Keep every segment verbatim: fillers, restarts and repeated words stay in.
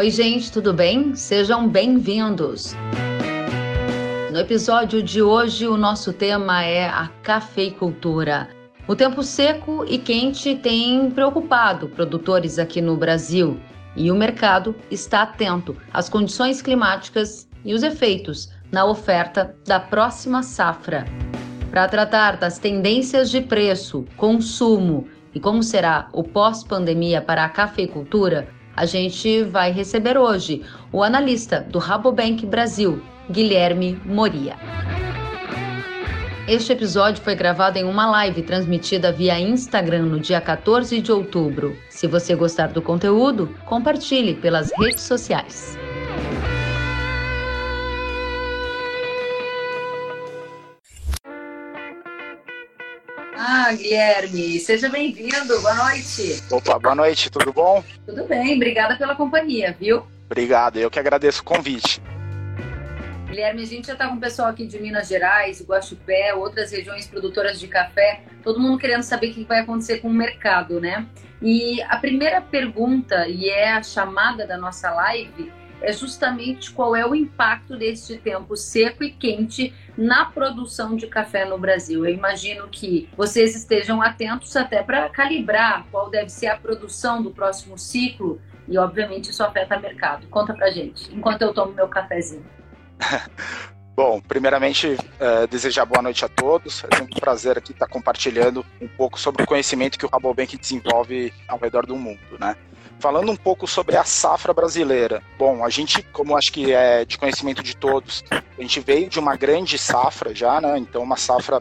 Oi, gente, tudo bem? Sejam bem-vindos! No episódio de hoje, o nosso tema é a cafeicultura. O tempo seco e quente tem preocupado produtores aqui no Brasil e o mercado está atento às condições climáticas e os efeitos na oferta da próxima safra. Para tratar das tendências de preço, consumo e como será o pós-pandemia para a cafeicultura, a gente vai receber hoje o analista do Rabobank Brasil, Guilherme Moria. Este episódio foi gravado em uma live transmitida via Instagram no dia quatorze de outubro. Se você gostar do conteúdo, compartilhe pelas redes sociais. Ah, Guilherme, seja bem-vindo, boa noite. Opa, boa noite, tudo bom? Tudo bem, obrigada pela companhia, viu? Obrigado, eu que agradeço o convite. Guilherme, a gente já está com o pessoal aqui de Minas Gerais, Guaxupé, outras regiões produtoras de café, todo mundo querendo saber o que vai acontecer com o mercado, né? E a primeira pergunta, e é a chamada da nossa live, é justamente qual é o impacto deste tempo seco e quente na produção de café no Brasil. Eu imagino que vocês estejam atentos até para calibrar qual deve ser a produção do próximo ciclo e, obviamente, isso afeta o mercado. Conta pra gente, enquanto eu tomo meu cafezinho. Bom, primeiramente, uh, desejar boa noite a todos. É um prazer aqui estar compartilhando um pouco sobre o conhecimento que o Rabobank desenvolve ao redor do mundo, né? Falando um pouco sobre a safra brasileira. Bom, a gente, como acho que é de conhecimento de todos, a gente veio de uma grande safra já, né? Então, uma safra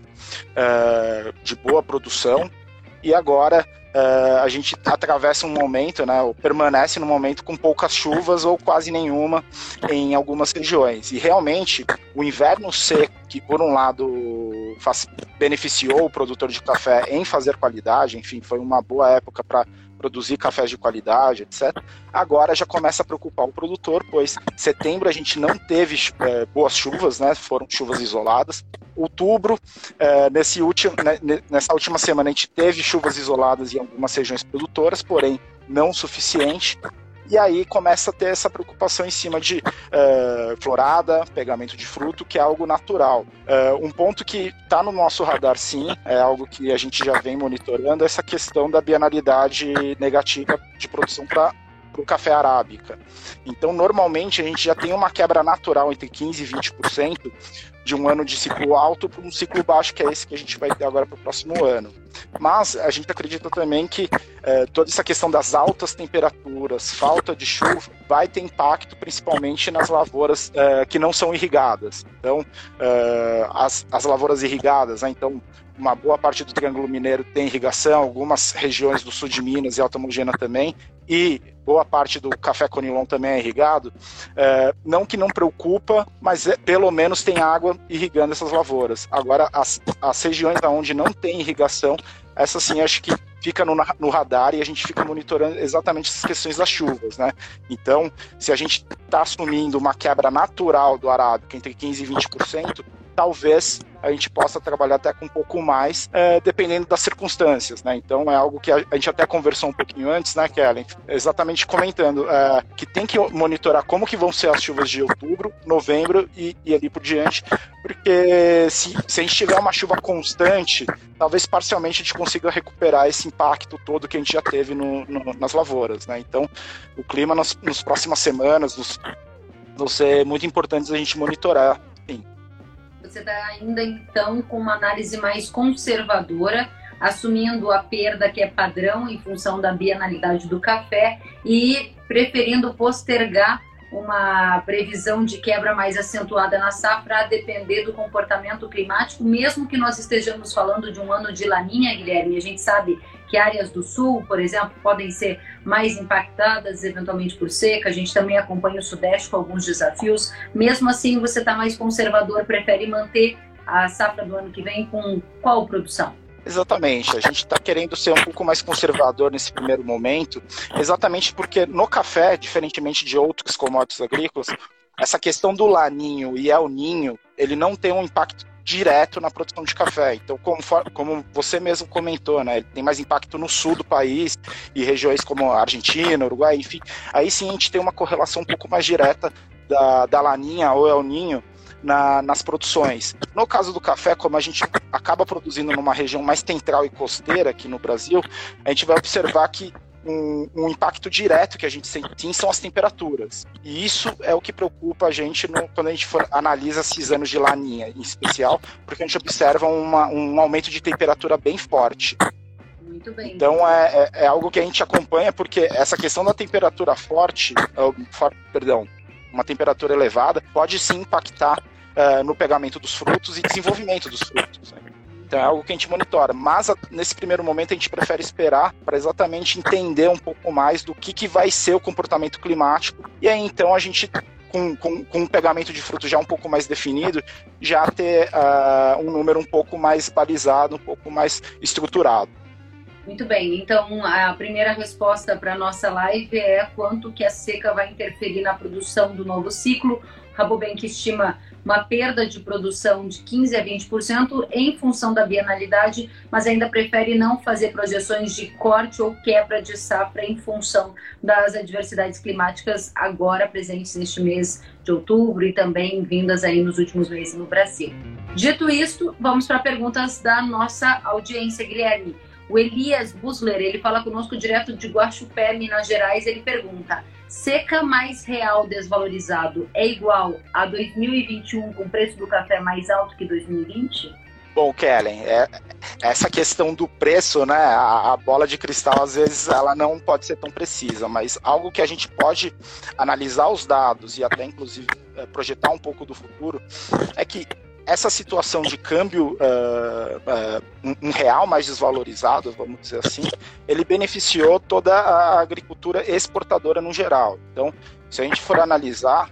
uh, de boa produção. E agora uh, a gente atravessa um momento, né? Ou permanece num momento com poucas chuvas ou quase nenhuma em algumas regiões. E realmente, o inverno seco, que por um lado faz, beneficiou o produtor de café em fazer qualidade, enfim, foi uma boa época para produzir cafés de qualidade, etcétera. Agora já começa a preocupar o produtor, pois em setembro a gente não teve é, boas chuvas, né? Foram chuvas isoladas. Outubro, é, nesse último, né, nessa última semana a gente teve chuvas isoladas em algumas regiões produtoras, porém não o suficiente. E aí começa a ter essa preocupação em cima de uh, florada, pegamento de fruto, que é algo natural. Uh, um ponto que está no nosso radar, sim, é algo que a gente já vem monitorando, é essa questão da bienalidade negativa de produção para o café arábica. Então, normalmente, a gente já tem uma quebra natural entre quinze por cento e vinte por cento de um ano de ciclo alto para um ciclo baixo, que é esse que a gente vai ter agora para o próximo ano. Mas a gente acredita também que eh, toda essa questão das altas temperaturas, falta de chuva, vai ter impacto principalmente nas lavouras eh, que não são irrigadas. Então, eh, as, as lavouras irrigadas, né? Então, uma boa parte do Triângulo Mineiro tem irrigação, algumas regiões do sul de Minas e Alta Mogena também, e boa parte do café Conilon também é irrigado. É, não que não preocupa, mas é, pelo menos tem água irrigando essas lavouras. Agora, as, as regiões onde não tem irrigação, essa sim acho que fica no, no radar e a gente fica monitorando exatamente essas questões das chuvas, né? Então, se a gente está assumindo uma quebra natural do arábica entre quinze por cento e vinte por cento, talvez a gente possa trabalhar até com um pouco mais, é, dependendo das circunstâncias, né? Então é algo que a, a gente até conversou um pouquinho antes, né, Kellen? Exatamente comentando é, que tem que monitorar como que vão ser as chuvas de outubro, novembro e, e ali por diante, porque se, se a gente tiver uma chuva constante, talvez parcialmente a gente consiga recuperar esse impacto todo que a gente já teve no, no, nas lavouras, né? Então o clima nas, nas próximas semanas nos, vão ser muito importantes a gente monitorar. Sim. Você está ainda, então, com uma análise mais conservadora, assumindo a perda que é padrão em função da bienalidade do café e preferindo postergar uma previsão de quebra mais acentuada na safra a depender do comportamento climático, mesmo que nós estejamos falando de um ano de laninha, Guilherme. A gente sabe que áreas do sul, por exemplo, podem ser mais impactadas eventualmente por seca. A gente também acompanha o sudeste com alguns desafios. Mesmo assim, você está mais conservador, prefere manter a safra do ano que vem com qual produção? Exatamente, a gente está querendo ser um pouco mais conservador nesse primeiro momento, exatamente porque no café, diferentemente de outros commodities agrícolas, essa questão do Laninho e El Ninho, ele não tem um impacto direto na produção de café. Então, como, como você mesmo comentou, né, ele tem mais impacto no sul do país e regiões como a Argentina, Uruguai, enfim. Aí sim a gente tem uma correlação um pouco mais direta da, da Laninha ou El Ninho na, nas produções. No caso do café, como a gente acaba produzindo numa região mais central e costeira aqui no Brasil, a gente vai observar que Um, um impacto direto que a gente tem são as temperaturas. E isso é o que preocupa a gente no, quando a gente for, analisa esses anos de Laninha, em especial, porque a gente observa uma, um aumento de temperatura bem forte. Muito bem. Então é, é, é algo que a gente acompanha, porque essa questão da temperatura forte, uh, for, perdão, uma temperatura elevada, pode sim impactar uh, no pegamento dos frutos e desenvolvimento dos frutos, né? Então é algo que a gente monitora, mas nesse primeiro momento a gente prefere esperar para exatamente entender um pouco mais do que, que vai ser o comportamento climático, e aí então a gente, com, com, com um pegamento de fruto já um pouco mais definido, já ter uh, um número um pouco mais balizado, um pouco mais estruturado. Muito bem, então a primeira resposta para a nossa live é quanto que a seca vai interferir na produção do novo ciclo. Rabobank estima uma perda de produção de quinze a vinte por cento em função da bienalidade, mas ainda prefere não fazer projeções de corte ou quebra de safra em função das adversidades climáticas agora presentes neste mês de outubro e também vindas aí nos últimos meses no Brasil. Dito isto, vamos para perguntas da nossa audiência, Guilherme. O Elias Busler, ele fala conosco direto de Guaxupé, Minas Gerais, ele pergunta: seca mais real desvalorizado é igual a dois mil e vinte e um com preço do café mais alto que dois mil e vinte? Bom, Kellen, é, essa questão do preço, né, a, a bola de cristal às vezes ela não pode ser tão precisa, mas algo que a gente pode analisar os dados e até inclusive projetar um pouco do futuro é que essa situação de câmbio, uh, uh, um, um real mais desvalorizado, vamos dizer assim, ele beneficiou toda a agricultura exportadora no geral. Então, se a gente for analisar,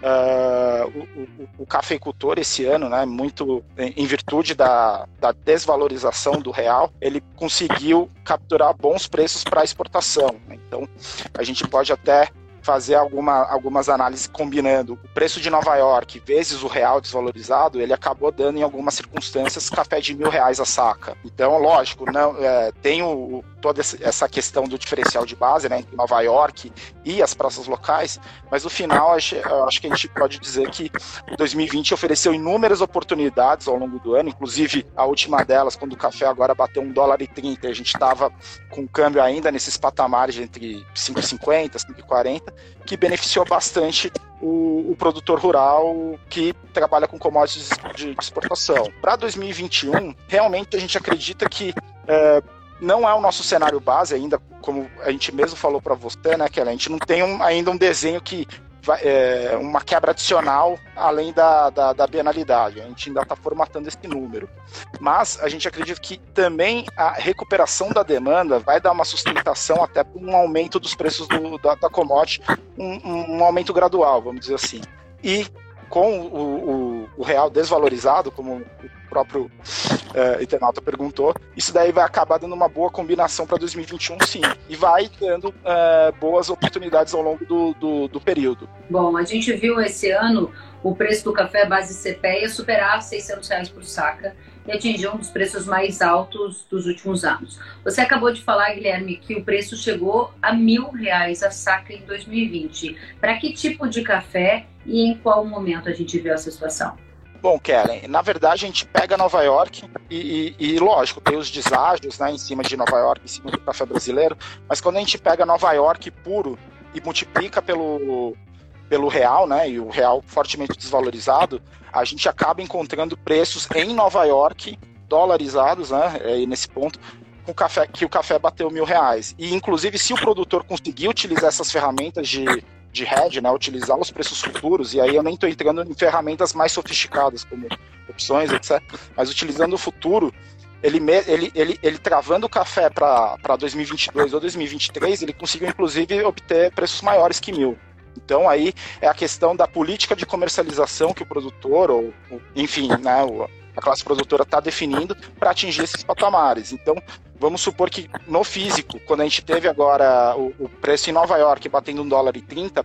uh, o, o, o cafeicultor esse ano, né, muito em, em virtude da, da desvalorização do real, ele conseguiu capturar bons preços para exportação. Então, a gente pode até fazer alguma, algumas análises combinando o preço de Nova York vezes o real desvalorizado, ele acabou dando em algumas circunstâncias café de mil reais a saca. Então, lógico, não, é, tem o, toda essa questão do diferencial de base, né, entre Nova York e as praças locais, mas no final acho, acho que a gente pode dizer que dois mil e vinte ofereceu inúmeras oportunidades ao longo do ano, inclusive a última delas, quando o café agora bateu um dólar e trinta, a gente estava com o câmbio ainda nesses patamares entre cinco e cinquenta, cinco e quarenta, que beneficiou bastante o, o produtor rural que trabalha com commodities de, de exportação. Para dois mil e vinte e um, realmente a gente acredita que é, não é o nosso cenário base ainda, como a gente mesmo falou para você, né, que a gente não tem um, ainda um desenho que vai, é, uma quebra adicional além da, da, da bienalidade. A gente ainda está formatando esse número. Mas a gente acredita que também a recuperação da demanda vai dar uma sustentação até para um aumento dos preços do, da, da commodity, um, um aumento gradual, vamos dizer assim. E com o, o, o real desvalorizado, como o próprio é, internauta perguntou, isso daí vai acabar dando uma boa combinação para dois mil e vinte e um, sim, e vai dando é, boas oportunidades ao longo do, do, do período. Bom, a gente viu esse ano o preço do café base C P E A superar seiscentos reais por saca e atingiu um dos preços mais altos dos últimos anos. Você acabou de falar, Guilherme, que o preço chegou a mil reais a saca em dois mil e vinte. Para que tipo de café e em qual momento a gente viu essa situação? Bom, Kellen, na verdade a gente pega Nova York e, e, e lógico, tem os deságios, né, em cima de Nova York, em cima do café brasileiro, mas quando a gente pega Nova York puro e multiplica pelo, pelo real, né, e o real fortemente desvalorizado, a gente acaba encontrando preços em Nova York dolarizados, né, e nesse ponto, com café, que o café bateu mil reais. E inclusive se o produtor conseguir utilizar essas ferramentas de de hedge, né, utilizar os preços futuros, e aí eu nem estou entrando em ferramentas mais sofisticadas, como opções, etcétera, mas utilizando o futuro, ele, ele, ele, ele travando o café para dois mil e vinte e dois ou dois mil e vinte e três, ele conseguiu inclusive obter preços maiores que mil. Então aí é a questão da política de comercialização que o produtor, ou enfim, né, a classe produtora está definindo para atingir esses patamares. Então, vamos supor que no físico, quando a gente teve agora o, o preço em Nova York batendo um dólar e trinta,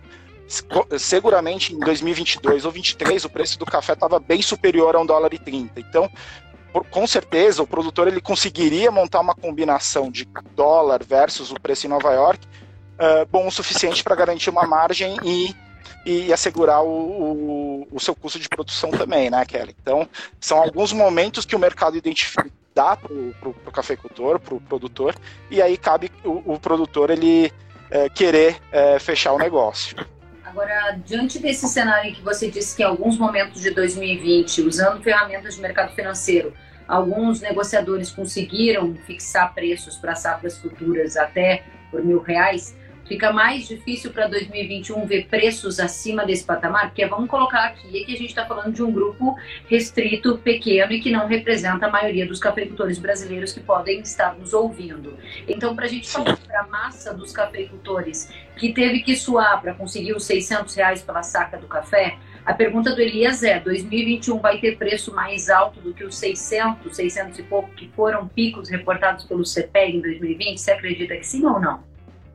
seguramente em dois mil e vinte e dois ou vinte e três o preço do café estava bem superior a um dólar e trinta. Então, por, com certeza, o produtor ele conseguiria montar uma combinação de dólar versus o preço em Nova York uh, bom o suficiente para garantir uma margem e, e assegurar o, o, o seu custo de produção também, né, Kelly? Então, são alguns momentos que o mercado identifica, dá para o cafeicultor, para o produtor, e aí cabe o, o produtor ele uh, querer uh, fechar o negócio. Agora, diante desse cenário em que você disse que em alguns momentos de dois mil e vinte, usando ferramentas de mercado financeiro, alguns negociadores conseguiram fixar preços para safras futuras até por mil reais, fica mais difícil para dois mil e vinte e um ver preços acima desse patamar? Porque vamos colocar aqui que a gente está falando de um grupo restrito, pequeno e que não representa a maioria dos cafeicultores brasileiros que podem estar nos ouvindo. Então, para a gente falar para a massa dos cafeicultores que teve que suar para conseguir os seiscentos reais pela saca do café, a pergunta do Elias é, dois mil e vinte e um vai ter preço mais alto do que os seiscentos, seiscentos e pouco que foram picos reportados pelo C P E G em dois mil e vinte? Você acredita que sim ou não?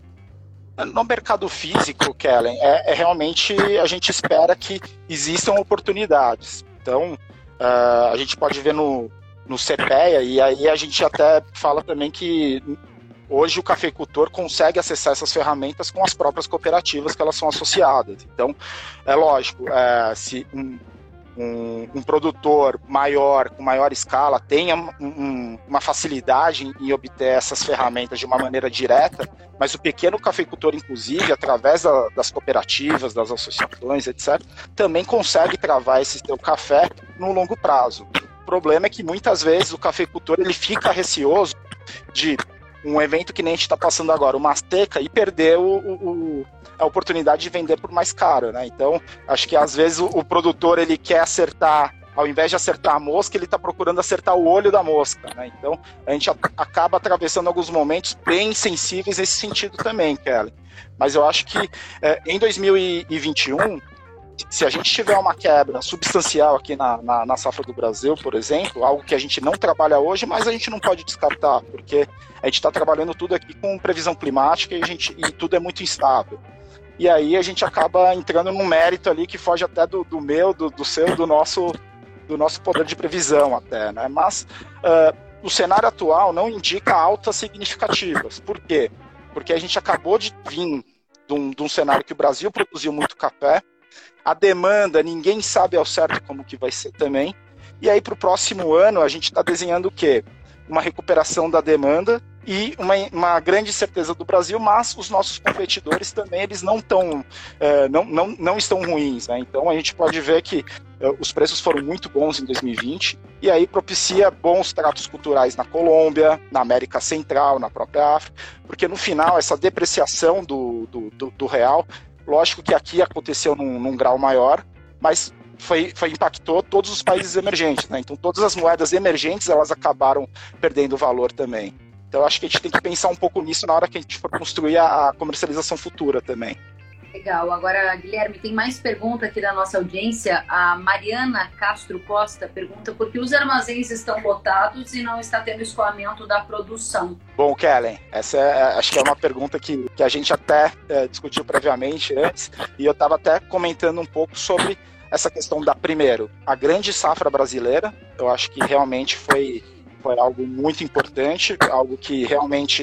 No mercado físico, Kellen, é, é realmente a gente espera que existam oportunidades. Então, uh, a gente pode ver no, no C P E A, e aí a gente até fala também que hoje o cafeicultor consegue acessar essas ferramentas com as próprias cooperativas que elas são associadas. Então, é lógico, é, se um, um, um produtor maior, com maior escala, tenha um, uma facilidade em obter essas ferramentas de uma maneira direta, mas o pequeno cafeicultor, inclusive, através da, das cooperativas, das associações, etcétera, também consegue travar esse seu café no longo prazo. O problema é que muitas vezes o cafeicultor ele fica receoso de um evento que nem a gente está passando agora, uma seca, e perder o, o, a oportunidade de vender por mais caro, né? Então, acho que às vezes o, o produtor ele quer acertar, ao invés de acertar a mosca, ele está procurando acertar o olho da mosca, né? Então, a gente a, acaba atravessando alguns momentos bem sensíveis nesse sentido também, Kelly. Mas eu acho que é, em dois mil e vinte e um, se a gente tiver uma quebra substancial aqui na, na, na safra do Brasil, por exemplo, algo que a gente não trabalha hoje, mas a gente não pode descartar, porque a gente está trabalhando tudo aqui com previsão climática e, a gente, e tudo é muito instável. E aí a gente acaba entrando num mérito ali que foge até do, do meu, do, do seu, do nosso, do nosso poder de previsão até, né? Mas uh, o cenário atual não indica altas significativas. Por quê? Porque a gente acabou de vir de um, de um cenário que o Brasil produziu muito café, a demanda, ninguém sabe ao certo como que vai ser também. E aí, para o próximo ano, a gente está desenhando o quê? Uma recuperação da demanda e uma, uma grande certeza do Brasil, mas os nossos competidores também, eles não, tão, é, não, não, não estão ruins, né? Então, a gente pode ver que é, os preços foram muito bons em dois mil e vinte, e aí propicia bons tratos culturais na Colômbia, na América Central, na própria África, porque no final, essa depreciação do, do, do, do real, lógico que aqui aconteceu num, num grau maior, mas foi, foi, impactou todos os países emergentes, né? Então todas as moedas emergentes elas acabaram perdendo valor também. Então acho que a gente tem que pensar um pouco nisso na hora que a gente for construir a, a comercialização futura também. Legal. Agora, Guilherme, tem mais pergunta aqui da nossa audiência. A Mariana Castro Costa pergunta por que os armazéns estão lotados e não está tendo escoamento da produção. Bom, Kellen, essa é, acho que é uma pergunta que, que a gente até é, discutiu previamente antes, e eu estava até comentando um pouco sobre essa questão da, primeiro, a grande safra brasileira. Eu acho que realmente foi, foi algo muito importante, algo que realmente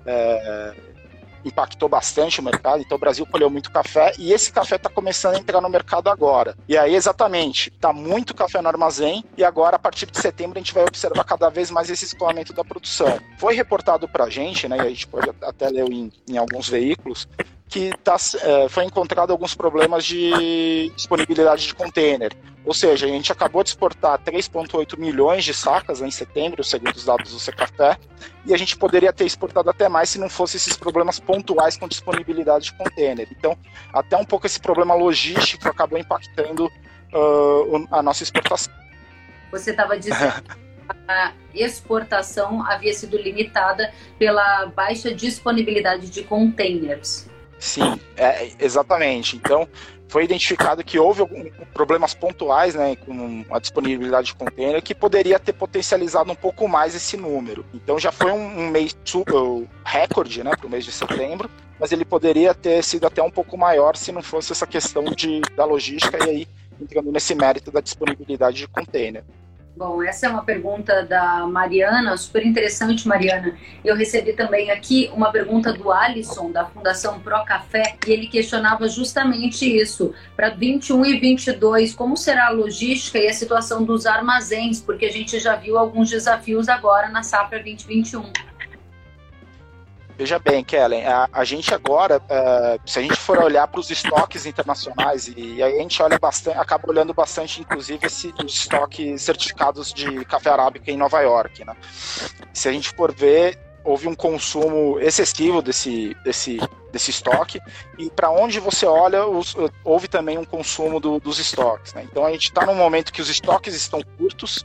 é, impactou bastante o mercado. Então o Brasil colheu muito café e esse café está começando a entrar no mercado agora. E aí, exatamente, está muito café no armazém e agora, a partir de setembro, a gente vai observar cada vez mais esse escoamento da produção. Foi reportado para a gente, né, e a gente pode até ler em, em alguns veículos, que tá, é, foi encontrado alguns problemas de disponibilidade de container. Ou seja, a gente acabou de exportar três vírgula oito milhões de sacas, né, em setembro, segundo os dados do Secafé, e a gente poderia ter exportado até mais se não fosse esses problemas pontuais com disponibilidade de container. Então, até um pouco esse problema logístico acabou impactando uh, a nossa exportação. Você estava dizendo que a exportação havia sido limitada pela baixa disponibilidade de containers. Sim, é, exatamente. Então, foi identificado que houve algum, problemas pontuais, né, com a disponibilidade de container, que poderia ter potencializado um pouco mais esse número. Então já foi um, um mês uh, recorde, né, para o mês de setembro, mas ele poderia ter sido até um pouco maior se não fosse essa questão de, da logística e aí entrando nesse mérito da disponibilidade de container. Bom, essa é uma pergunta da Mariana, super interessante, Mariana. Eu recebi também aqui uma pergunta do Alisson, da Fundação Pro Café, e ele questionava justamente isso. Para vinte e um e vinte e dois, como será a logística e a situação dos armazéns? Porque a gente já viu alguns desafios agora na safra vinte e vinte e um. Veja bem, Kellen, a, a gente agora, uh, se a gente for olhar para os estoques internacionais, e, e aí a gente olha bastante, acaba olhando bastante, inclusive, esse, os estoques certificados de café arábica em Nova York, né? Se a gente for ver, houve um consumo excessivo desse, desse, desse estoque, e para onde você olha, os, houve também um consumo do, dos estoques, né? Então a gente está num momento que os estoques estão curtos,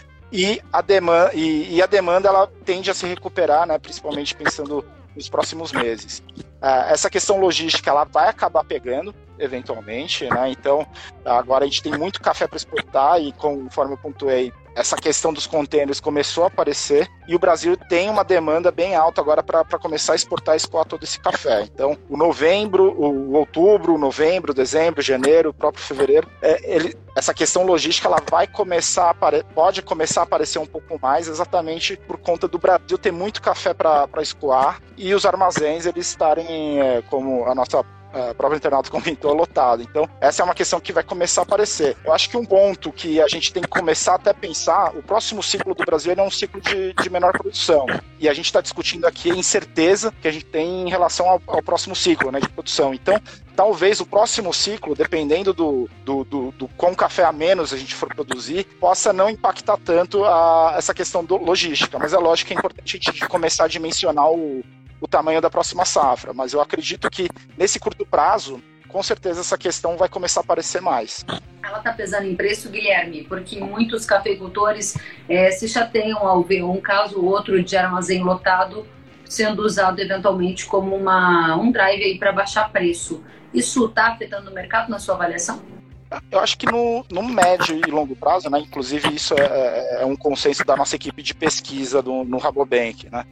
e a demanda, e, e a demanda ela tende a se recuperar, né, principalmente pensando nos próximos meses. Uh, essa questão logística ela vai acabar pegando, eventualmente, né? Então, agora a gente tem muito café para exportar e, conforme eu pontuei, essa questão dos contêineres começou a aparecer e o Brasil tem uma demanda bem alta agora para começar a exportar e escoar todo esse café. Então, o novembro, o outubro, o novembro, dezembro, janeiro, o próprio fevereiro, é, ele, essa questão logística ela vai começar, a, pode começar a aparecer um pouco mais, exatamente por conta do Brasil ter muito café para escoar e os armazéns eles estarem, é, como a nossa a própria internauta comentou, lotado. Então, essa é uma questão que vai começar a aparecer. Eu acho que um ponto que a gente tem que começar até a pensar, o próximo ciclo do Brasil é um ciclo de, de menor produção. E a gente está discutindo aqui a incerteza que a gente tem em relação ao, ao próximo ciclo, né, de produção. Então, talvez o próximo ciclo, dependendo do, do, do, do quão café a menos a gente for produzir, possa não impactar tanto a, essa questão do, logística. Mas é lógico que é importante a gente começar a dimensionar o o tamanho da próxima safra, mas eu acredito que nesse curto prazo, com certeza essa questão vai começar a aparecer mais. Ela está pesando em preço, Guilherme, porque muitos cafeicultores é, se chateiam ao ver um caso ou outro de armazém lotado sendo usado eventualmente como uma, um drive aí para baixar preço. Isso está afetando o mercado na sua avaliação? Eu acho que no, no médio e longo prazo, né, inclusive isso é, é um consenso da nossa equipe de pesquisa do, no Rabobank, né,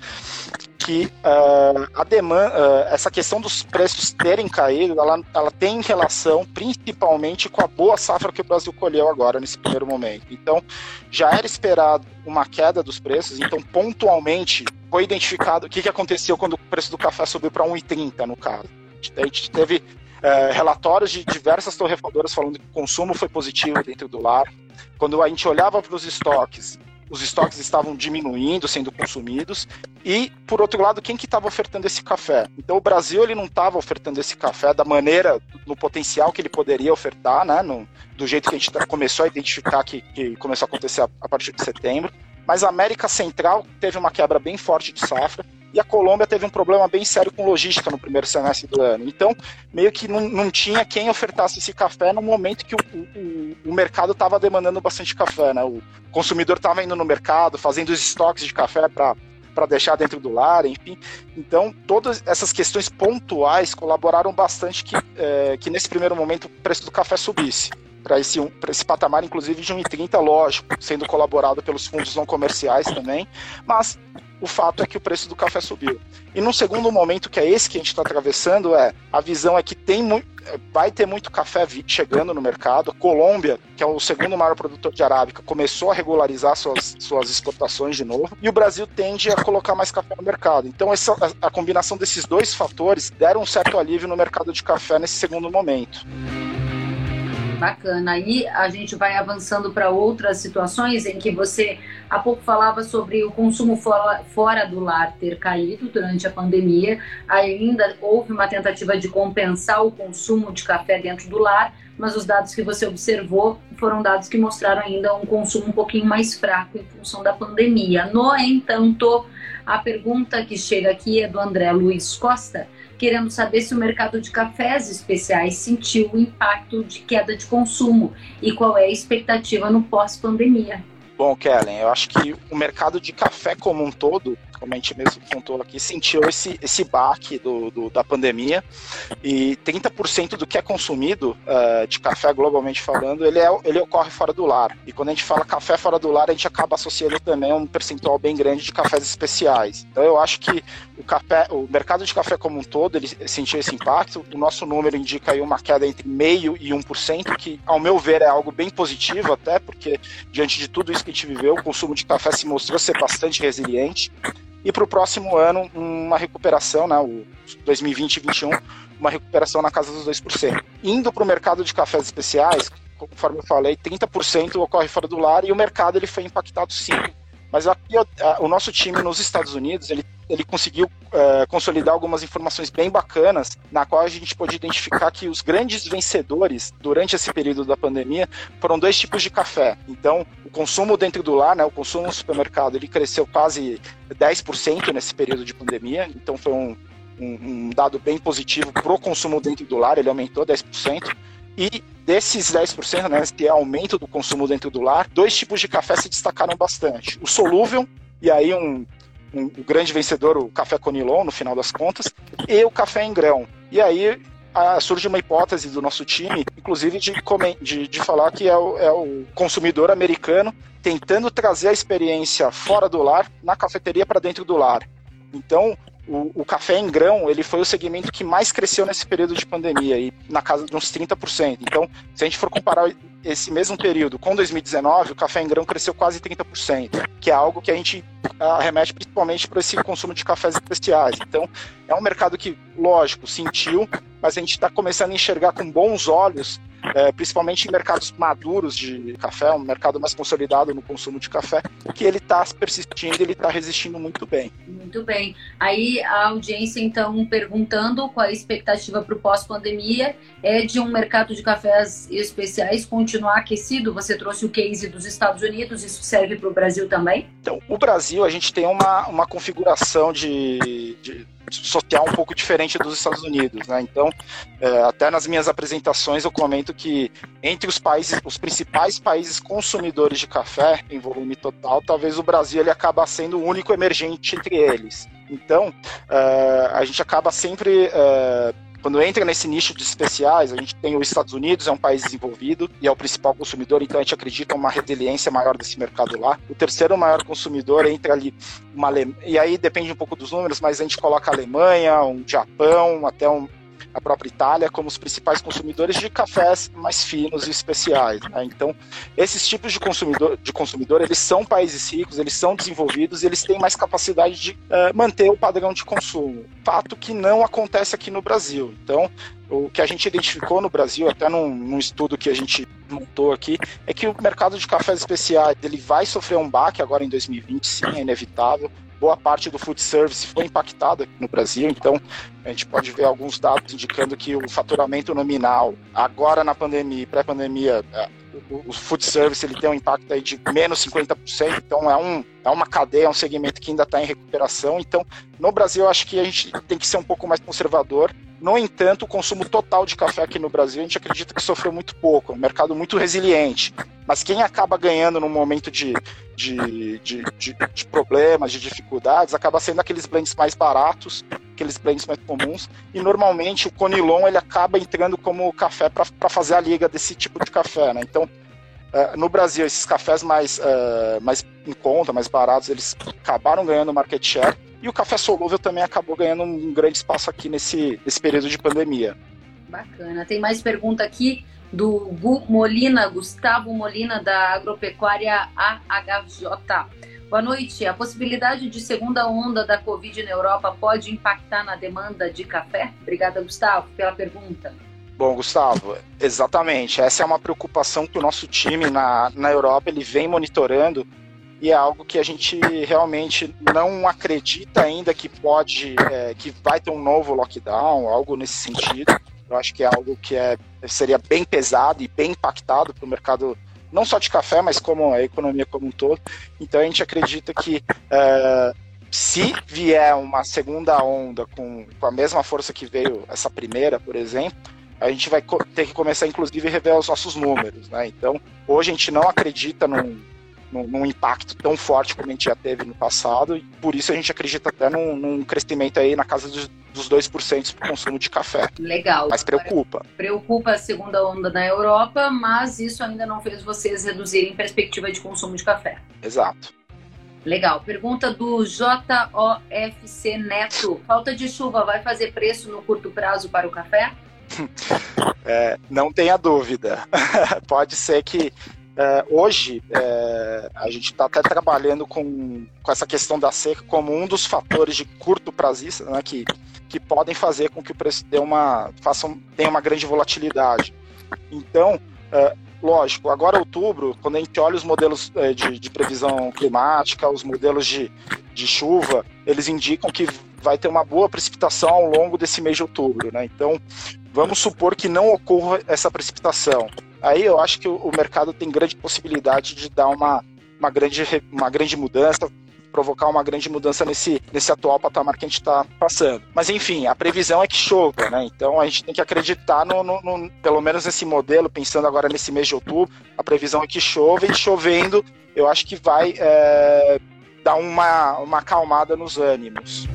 que uh, a demanda, uh, essa questão dos preços terem caído, ela, ela tem relação principalmente com a boa safra que o Brasil colheu agora, nesse primeiro momento. Então, já era esperado uma queda dos preços, então pontualmente foi identificado o que, que aconteceu quando o preço do café subiu para um real e trinta, no caso. A gente teve Uh, relatórios de diversas torrefadoras falando que o consumo foi positivo dentro do lar. Quando a gente olhava para os estoques, os estoques estavam diminuindo, sendo consumidos. E, por outro lado, quem que estava ofertando esse café? Então, o Brasil ele não estava ofertando esse café da maneira, no potencial que ele poderia ofertar, né? No, do jeito que a gente começou a identificar que, que começou a acontecer a, a partir de setembro. Mas a América Central teve uma quebra bem forte de safra. E a Colômbia teve um problema bem sério com logística no primeiro semestre do ano. Então, meio que não, não tinha quem ofertasse esse café no momento que o, o, o mercado estava demandando bastante café, né? O consumidor estava indo no mercado, fazendo os estoques de café para para deixar dentro do lar, enfim. Então, todas essas questões pontuais colaboraram bastante que, é, que nesse primeiro momento, o preço do café subisse. Para esse, esse patamar, inclusive, de um real e trinta, lógico, sendo colaborado pelos fundos não comerciais também, mas o fato é que o preço do café subiu. E num segundo momento, que é esse que a gente está atravessando, é a visão é que tem muito, vai ter muito café chegando no mercado. A Colômbia, que é o segundo maior produtor de arábica, começou a regularizar suas, suas exportações de novo, e o Brasil tende a colocar mais café no mercado. Então, essa, a, a combinação desses dois fatores deram um certo alívio no mercado de café nesse segundo momento. Bacana. Aí a gente vai avançando para outras situações em que você há pouco falava sobre o consumo fora, fora do lar ter caído durante a pandemia. Ainda houve uma tentativa de compensar o consumo de café dentro do lar, mas os dados que você observou foram dados que mostraram ainda um consumo um pouquinho mais fraco em função da pandemia. No entanto, a pergunta que chega aqui é do André Luiz Costa, querendo saber se o mercado de cafés especiais sentiu o impacto de queda de consumo e qual é a expectativa no pós-pandemia. Bom, Kellen, eu acho que o mercado de café como um todo como a gente mesmo contou aqui, sentiu esse, esse baque do, do, da pandemia, e trinta por cento do que é consumido uh, de café, globalmente falando, ele, é, ele ocorre fora do lar. E quando a gente fala café fora do lar, a gente acaba associando também um percentual bem grande de cafés especiais. Então eu acho que o, café, o mercado de café como um todo, ele sentiu esse impacto. O nosso número indica aí uma queda entre zero vírgula cinco por cento e um por cento, que ao meu ver é algo bem positivo até, porque diante de tudo isso que a gente viveu, o consumo de café se mostrou ser bastante resiliente. E para o próximo ano, uma recuperação, né, o dois mil e vinte e dois mil e vinte e um, uma recuperação na casa dos dois por cento. Indo para o mercado de cafés especiais, conforme eu falei, trinta por cento ocorre fora do lar, e o mercado ele foi impactado sim. Mas aqui, o nosso time nos Estados Unidos, ele, ele conseguiu uh, consolidar algumas informações bem bacanas, na qual a gente pôde identificar que os grandes vencedores durante esse período da pandemia foram dois tipos de café. Então, o consumo dentro do lar, né, o consumo no supermercado, ele cresceu quase dez por cento nesse período de pandemia, então foi um, um, um dado bem positivo para o consumo dentro do lar, ele aumentou dez por cento. E desses dez por cento, né, esse aumento do consumo dentro do lar, dois tipos de café se destacaram bastante. O solúvel, e aí um, um, um grande vencedor, o café Conilon, no final das contas, e o café em grão. E aí a, surge uma hipótese do nosso time, inclusive de, de, de falar que é o, é o consumidor americano tentando trazer a experiência fora do lar, na cafeteria, para dentro do lar. Então, O, o café em grão, ele foi o segmento que mais cresceu nesse período de pandemia, e na casa de uns trinta por cento. Então, se a gente for comparar esse mesmo período com dois mil e dezenove, o café em grão cresceu quase trinta por cento, que é algo que a gente uh, remete principalmente para esse consumo de cafés especiais. Então, é um mercado que, lógico, sentiu, mas a gente está começando a enxergar com bons olhos, é, principalmente em mercados maduros de café, um mercado mais consolidado no consumo de café, que ele está persistindo, ele está resistindo muito bem. Muito bem. Aí a audiência, então, perguntando qual a expectativa para o pós-pandemia é de um mercado de cafés especiais continuar aquecido. Você trouxe o case dos Estados Unidos, isso serve para o Brasil também? Então, o Brasil, a gente tem uma, uma configuração de... de... social um pouco diferente dos Estados Unidos, né? Então, é, até nas minhas apresentações eu comento que entre os países, os principais países consumidores de café em volume total, talvez o Brasil ele acaba sendo o único emergente entre eles. Então, é, a gente acaba sempre é, quando entra nesse nicho de especiais, a gente tem os Estados Unidos, é um país desenvolvido e é o principal consumidor, então a gente acredita em uma resiliência maior desse mercado lá. O terceiro maior consumidor entra ali, uma Ale... e aí depende um pouco dos números, mas a gente coloca a Alemanha, um Japão, até um... a própria Itália como os principais consumidores de cafés mais finos e especiais, né? Então, esses tipos de consumidor, de consumidor, eles são países ricos, eles são desenvolvidos e eles têm mais capacidade de uh, manter o padrão de consumo. Fato que não acontece aqui no Brasil. Então, o que a gente identificou no Brasil, até num, num estudo que a gente montou aqui, é que o mercado de cafés especiais ele vai sofrer um baque agora em dois mil e vinte, sim, é inevitável. Boa parte do food service foi impactada aqui no Brasil, então a gente pode ver alguns dados indicando que o faturamento nominal, agora na pandemia e pré-pandemia, o, o food service ele tem um impacto aí de menos cinquenta por cento, então é, um, é uma cadeia, é um segmento que ainda está em recuperação. Então, no Brasil, eu acho que a gente tem que ser um pouco mais conservador. No entanto, o consumo total de café aqui no Brasil, a gente acredita que sofreu muito pouco, é um mercado muito resiliente. Mas quem acaba ganhando num momento de, de, de, de, de problemas, de dificuldades, acaba sendo aqueles blends mais baratos, aqueles blends mais comuns, e normalmente o Conilon ele acaba entrando como café para fazer a liga desse tipo de café, né? Então, uh, no Brasil, esses cafés mais, uh, mais em conta, mais baratos, eles acabaram ganhando market share, e o café solúvel também acabou ganhando um grande espaço aqui nesse, nesse período de pandemia. Bacana. Tem mais pergunta aqui do Gu Molina, Gustavo Molina, da Agropecuária A H J. Boa noite. A possibilidade de segunda onda da Covid na Europa pode impactar na demanda de café? Obrigada, Gustavo, pela pergunta. Bom, Gustavo, exatamente. Essa é uma preocupação que o nosso time na, na Europa ele vem monitorando, e é algo que a gente realmente não acredita ainda que pode, é, que vai ter um novo lockdown, algo nesse sentido. Eu acho que é algo que é, seria bem pesado e bem impactado para o mercado, não só de café, mas como a economia como um todo. Então a gente acredita que é, se vier uma segunda onda com, com a mesma força que veio essa primeira, por exemplo, a gente vai ter que começar, inclusive, a rever os nossos números, né? Então, hoje a gente não acredita num num, num impacto tão forte como a gente já teve no passado, e por isso a gente acredita até num, num crescimento aí na casa dos, dos dois por cento do consumo de café. Legal. Mas preocupa. Preocupa a segunda onda na Europa, mas isso ainda não fez vocês reduzirem perspectiva de consumo de café. Exato. Legal. Pergunta do J O F C Neto. Falta de chuva vai fazer preço no curto prazo para o café? É, não tenha dúvida. Pode ser que é, hoje é, a gente está até trabalhando com, com essa questão da seca como um dos fatores de curto prazista, né, que, que podem fazer com que o preço dê uma, faça, tenha uma grande volatilidade. Então, é, lógico, agora outubro, quando a gente olha os modelos é, de, de previsão climática, os modelos de, de chuva, eles indicam que vai ter uma boa precipitação ao longo desse mês de outubro, né? Então, vamos supor que não ocorra essa precipitação. Aí eu acho que o, o mercado tem grande possibilidade de dar uma, uma, grande, uma grande mudança, provocar uma grande mudança nesse, nesse atual patamar que a gente está passando. Mas, enfim, a previsão é que chova, né? Então, a gente tem que acreditar, no, no, no, pelo menos nesse modelo, pensando agora nesse mês de outubro, a previsão é que chova, e chovendo, eu acho que vai é, dar uma, uma acalmada nos ânimos.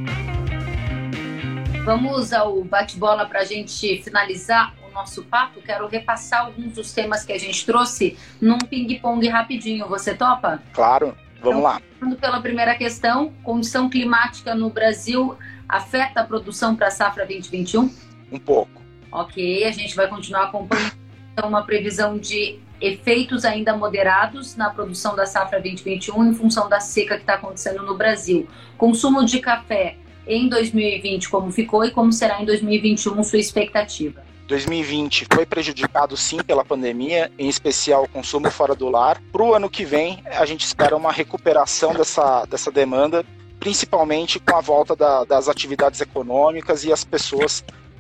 Vamos ao bate-bola para a gente finalizar o nosso papo. Quero repassar alguns dos temas que a gente trouxe num ping-pong rapidinho. Você topa? Claro, vamos então, lá. Começando pela primeira questão, condição climática no Brasil afeta a produção para a safra vinte e vinte e um? Um pouco. Ok, a gente vai continuar acompanhando uma previsão de efeitos ainda moderados na produção da safra vinte e vinte e um em função da seca que está acontecendo no Brasil. Consumo de café em dois mil e vinte, como ficou, e como será em dois mil e vinte e um, sua expectativa? dois mil e vinte foi prejudicado sim pela pandemia, em especial o consumo fora do lar. Para o ano que vem, a gente espera uma recuperação dessa, dessa demanda, principalmente com a volta da, das atividades econômicas e as pessoas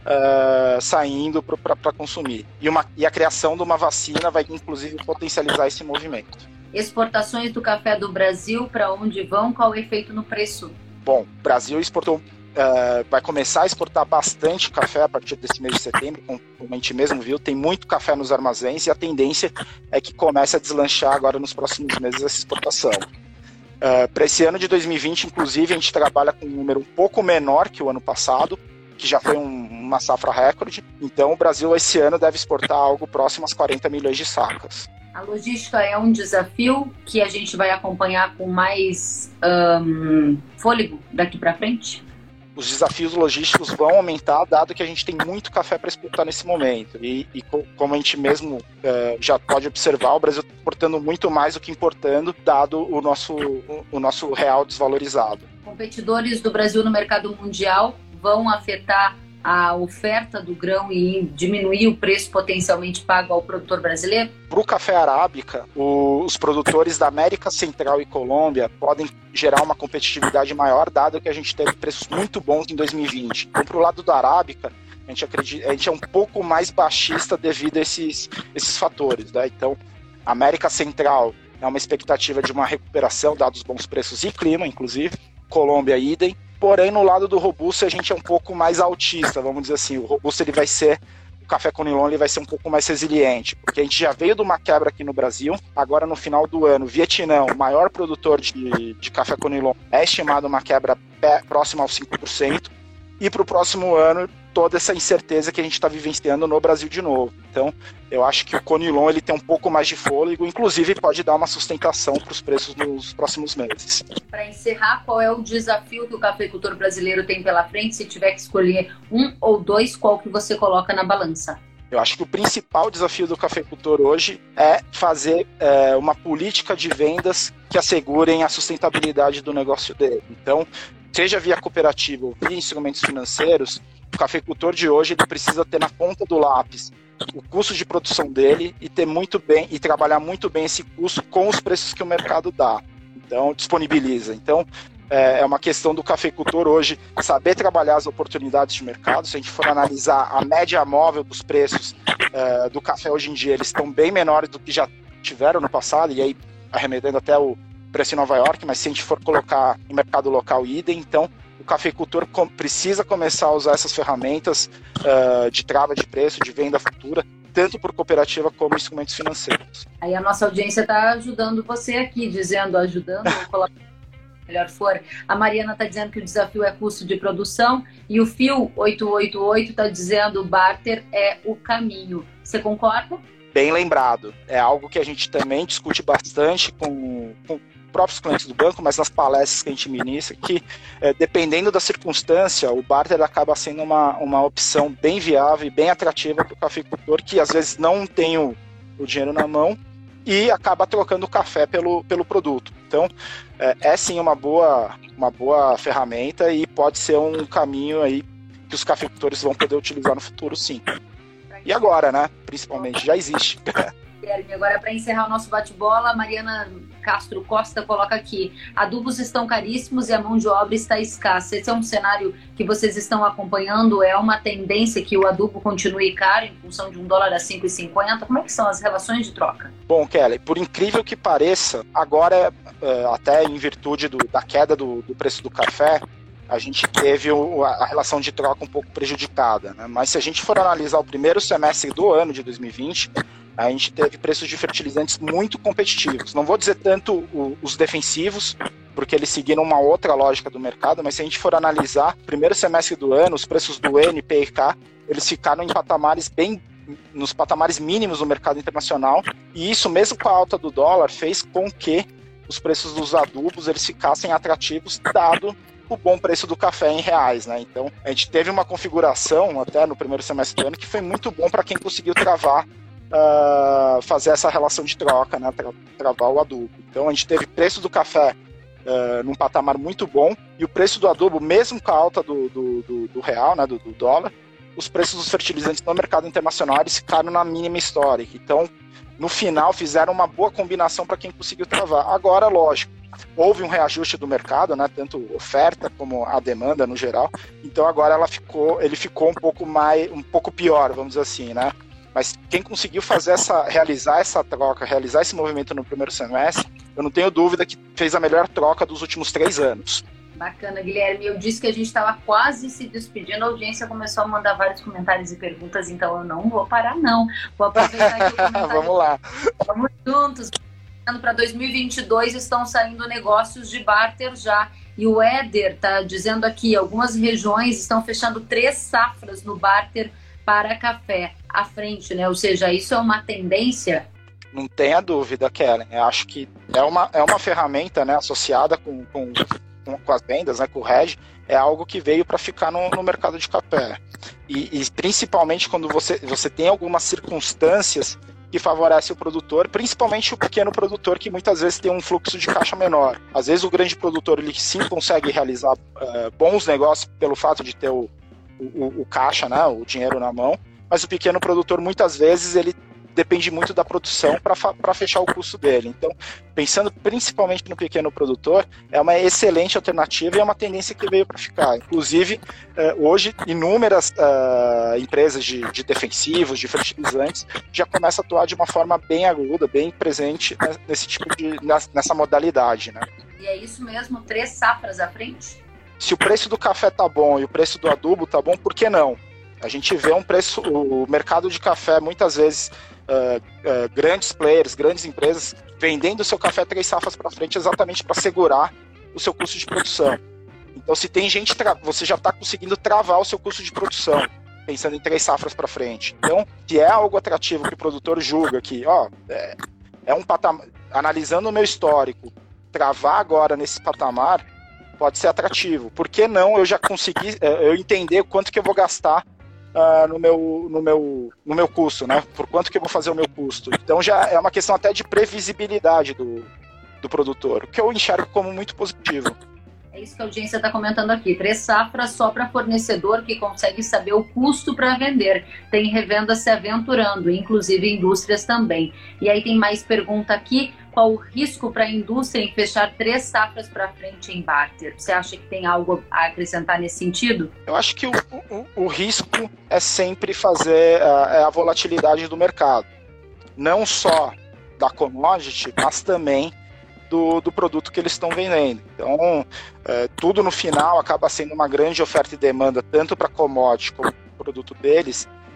uh, saindo para consumir. E, uma, e a criação de uma vacina vai, inclusive, potencializar esse movimento. Exportações do café do Brasil, para onde vão? Qual o efeito no preço? Bom, o Brasil exportou, uh, vai começar a exportar bastante café a partir desse mês de setembro, como a gente mesmo viu, tem muito café nos armazéns e a tendência é que comece a deslanchar agora nos próximos meses essa exportação. Uh, Para esse ano de dois mil e vinte, inclusive, a gente trabalha com um número um pouco menor que o ano passado, que já foi um, uma safra recorde, então o Brasil esse ano deve exportar algo próximo aos quarenta milhões de sacas. A logística é um desafio que a gente vai acompanhar com mais um, fôlego daqui para frente? Os desafios logísticos vão aumentar, dado que a gente tem muito café para exportar nesse momento. E, e como a gente mesmo uh, já pode observar, o Brasil está exportando muito mais do que importando, dado o nosso, o, o nosso real desvalorizado. Competidores do Brasil no mercado mundial vão afetar a oferta do grão e diminuir o preço potencialmente pago ao produtor brasileiro? Para o café arábica, o, os produtores da América Central e Colômbia podem gerar uma competitividade maior, dado que a gente teve preços muito bons em dois mil e vinte. Então, para o lado da arábica, a gente, acredita, a gente é um pouco mais baixista devido a esses, esses fatores, né? Então, a América Central é uma expectativa de uma recuperação, dados os bons preços e clima, inclusive. Colômbia, idem. Porém, no lado do robusto, a gente é um pouco mais altista, vamos dizer assim. O robusto, ele vai ser, o café Conilon, ele vai ser um pouco mais resiliente, porque a gente já veio de uma quebra aqui no Brasil. Agora, no final do ano, Vietnã, o maior produtor de, de café Conilon, é estimado uma quebra pé, próxima aos cinco por cento. E para o próximo ano, toda essa incerteza que a gente está vivenciando no Brasil de novo. Então, eu acho que o Conilon, ele tem um pouco mais de fôlego, inclusive pode dar uma sustentação para os preços nos próximos meses. Para encerrar, qual é o desafio que o cafeicultor brasileiro tem pela frente? Se tiver que escolher um ou dois, qual que você coloca na balança? Eu acho que o principal desafio do cafeicultor hoje é fazer é, uma política de vendas que assegurem a sustentabilidade do negócio dele. Então, seja via cooperativa ou via instrumentos financeiros, o cafeicultor de hoje ele precisa ter na ponta do lápis o custo de produção dele e ter muito bem e trabalhar muito bem esse custo com os preços que o mercado dá. Então, disponibiliza. Então, é uma questão do cafeicultor hoje saber trabalhar as oportunidades de mercado. Se a gente for analisar a média móvel dos preços é, do café hoje em dia, eles estão bem menores do que já tiveram no passado, e aí arremedando até o preço em Nova York, mas se a gente for colocar em mercado local, idem. Então, o cafeicultor com, precisa começar a usar essas ferramentas uh, de trava de preço, de venda futura, tanto por cooperativa como instrumentos financeiros. Aí a nossa audiência está ajudando você aqui, dizendo, ajudando, melhor for. A Mariana está dizendo que o desafio é custo de produção e o Fio oito oito oito está dizendo o barter é o caminho. Você concorda? Bem lembrado. É algo que a gente também discute bastante com, com próprios clientes do banco, mas nas palestras que a gente ministra, que é, dependendo da circunstância, o barter acaba sendo uma, uma opção bem viável e bem atrativa para o cafeicultor que às vezes não tem o, o dinheiro na mão e acaba trocando o café pelo, pelo produto. Então, é, é sim uma boa, uma boa ferramenta e pode ser um caminho aí que os cafeicultores vão poder utilizar no futuro, sim. E agora, né? Principalmente, já existe. Guilherme, agora para encerrar o nosso bate-bola, a Mariana Castro Costa coloca aqui: adubos estão caríssimos e a mão de obra está escassa. Esse é um cenário que vocês estão acompanhando? É uma tendência que o adubo continue caro em função de um dólar a cinco reais e cinquenta centavos? Como é que são as relações de troca? Bom, Kelly, por incrível que pareça, agora, até em virtude do, da queda do, do preço do café, a gente teve o, a relação de troca um pouco prejudicada, né? Mas se a gente for analisar o primeiro semestre do ano de dois mil e vinte, a gente teve preços de fertilizantes muito competitivos. Não vou dizer tanto o, os defensivos, porque eles seguiram uma outra lógica do mercado, mas se a gente for analisar o primeiro semestre do ano, os preços do N, P e K, eles ficaram em patamares bem, nos patamares mínimos do mercado internacional, e isso mesmo com a alta do dólar fez com que os preços dos adubos eles ficassem atrativos, dado o bom preço do café em reais, né? Então, a gente teve uma configuração até no primeiro semestre do ano que foi muito bom para quem conseguiu travar, uh, fazer essa relação de troca, né? Tra- travar o adubo. Então, a gente teve preço do café uh, num patamar muito bom e o preço do adubo, mesmo com a alta do, do, do, do real, né? Do, do dólar, os preços dos fertilizantes no mercado internacional eles ficaram na mínima histórica. Então, no final, fizeram uma boa combinação para quem conseguiu travar. Agora, lógico, houve um reajuste do mercado, né, tanto oferta como a demanda no geral. Então agora ela ficou, ele ficou um pouco mais, um pouco pior, vamos dizer assim, né? Mas quem conseguiu fazer essa, realizar essa troca, realizar esse movimento no primeiro semestre, eu não tenho dúvida que fez a melhor troca dos últimos três anos. Bacana, Guilherme. Eu disse que a gente estava quase se despedindo, a audiência começou a mandar vários comentários e perguntas, então eu não vou parar, não. Vou aproveitar que o comentário... Vamos lá. Vamos juntos. Para dois mil e vinte e dois estão saindo negócios de barter já. E o Éder está dizendo aqui, algumas regiões estão fechando três safras no barter para café à frente, né? Ou seja, isso é uma tendência? Não tenha dúvida, Kellen. Eu acho que é uma, é uma ferramenta, né, associada com, com, com as vendas, né, com o hedge, é algo que veio para ficar no, no mercado de café. E, e principalmente quando você, você tem algumas circunstâncias que favorece o produtor, principalmente o pequeno produtor, que muitas vezes tem um fluxo de caixa menor. Às vezes o grande produtor ele sim consegue realizar uh, bons negócios pelo fato de ter o, o, o caixa, né, o dinheiro na mão, mas o pequeno produtor muitas vezes ele depende muito da produção para fechar o custo dele. Então, pensando principalmente no pequeno produtor, é uma excelente alternativa e é uma tendência que veio para ficar. Inclusive, uh, hoje, inúmeras uh, empresas de, de defensivos, de fertilizantes, já começam a atuar de uma forma bem aguda, bem presente nesse tipo de, nessa modalidade, né? E é isso mesmo, três safras à frente? Se o preço do café tá bom e o preço do adubo tá bom, por que não? A gente vê um preço, o mercado de café muitas vezes Uh, uh, grandes players, grandes empresas vendendo o seu café três safras para frente exatamente para segurar o seu custo de produção. Então, se tem gente, tra- você já está conseguindo travar o seu custo de produção, pensando em três safras para frente. Então, se é algo atrativo que o produtor julga que, ó, é, é um patamar, analisando o meu histórico, travar agora nesse patamar pode ser atrativo. Por que não eu já consegui, uh, eu entender quanto que eu vou gastar Uh, no, meu, no, meu, no meu custo, né? Por quanto que eu vou fazer o meu custo. Então já é uma questão até de previsibilidade do, do produtor, o que eu enxergo como muito positivo. É isso que a audiência está comentando aqui. Três safras só para fornecedor que consegue saber o custo para vender. Tem revenda se aventurando, inclusive indústrias também. E aí tem mais pergunta aqui. Qual o risco para a indústria em fechar três safras para frente em barter? Você acha que tem algo a acrescentar nesse sentido? Eu acho que o, o, o risco é sempre fazer a, a volatilidade do mercado. Não só da commodity, mas também do, do produto que eles estão vendendo. Então, é, tudo no final acaba sendo uma grande oferta e demanda, tanto para commodity como para o produto deles,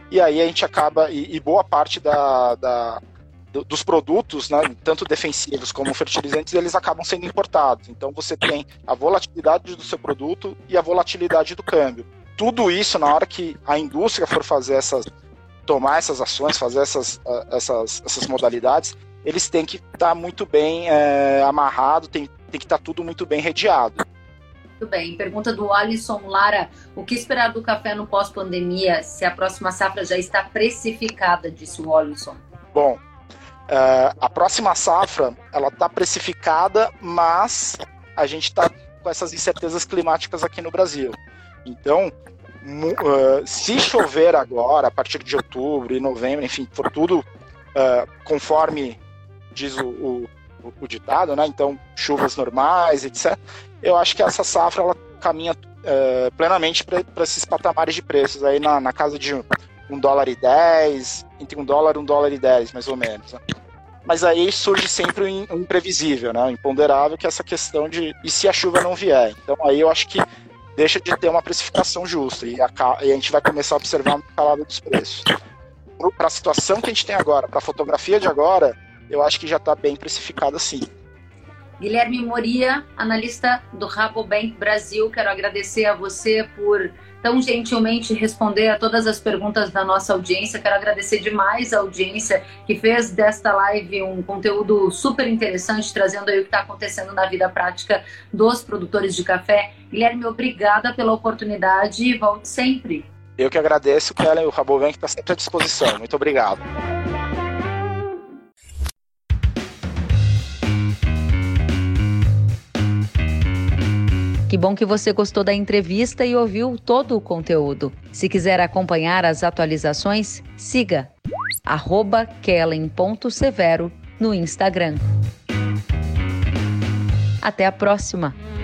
e aí a gente acaba, e, e boa parte da, da, do, dos produtos, né, tanto defensivos como fertilizantes, eles acabam sendo importados. Então você tem a volatilidade do seu produto e a volatilidade do câmbio. Tudo isso, na hora que a indústria for fazer essas, tomar essas ações, fazer essas, essas, essas modalidades, eles têm que estar muito bem é, amarrado, tem, tem que estar tudo muito bem redeado. Muito bem. Pergunta do Alisson Lara. O que esperar do café no pós-pandemia, se a próxima safra já está precificada, disse o Alisson? Bom, uh, a próxima safra, ela está precificada, mas a gente está com essas incertezas climáticas aqui no Brasil. Então, uh, se chover agora, a partir de outubro e novembro, enfim, for tudo uh, conforme diz o, o, o ditado, né? Então, chuvas normais, etcétera, eu acho que essa safra ela caminha uh, plenamente para esses patamares de preços, aí na, na casa de um dólar e dez, entre um dólar e um dólar e dez, mais ou menos. Né? Mas aí surge sempre o um imprevisível, né? O imponderável, que é essa questão de e se a chuva não vier. Então aí eu acho que deixa de ter uma precificação justa e a, e a gente vai começar a observar uma escalada dos preços. Para a situação que a gente tem agora, para a fotografia de agora, eu acho que já está bem precificado sim. Guilherme Moria, analista do Rabobank Brasil, quero agradecer a você por tão gentilmente responder a todas as perguntas da nossa audiência. Quero agradecer demais a audiência que fez desta live um conteúdo super interessante, trazendo aí o que está acontecendo na vida prática dos produtores de café. Guilherme, obrigada pela oportunidade e volte sempre. Eu que agradeço, Kellen, o Rabobank está sempre à disposição. Muito obrigado. Que bom que você gostou da entrevista e ouviu todo o conteúdo. Se quiser acompanhar as atualizações, siga arroba kellen ponto severo no Instagram. Até a próxima!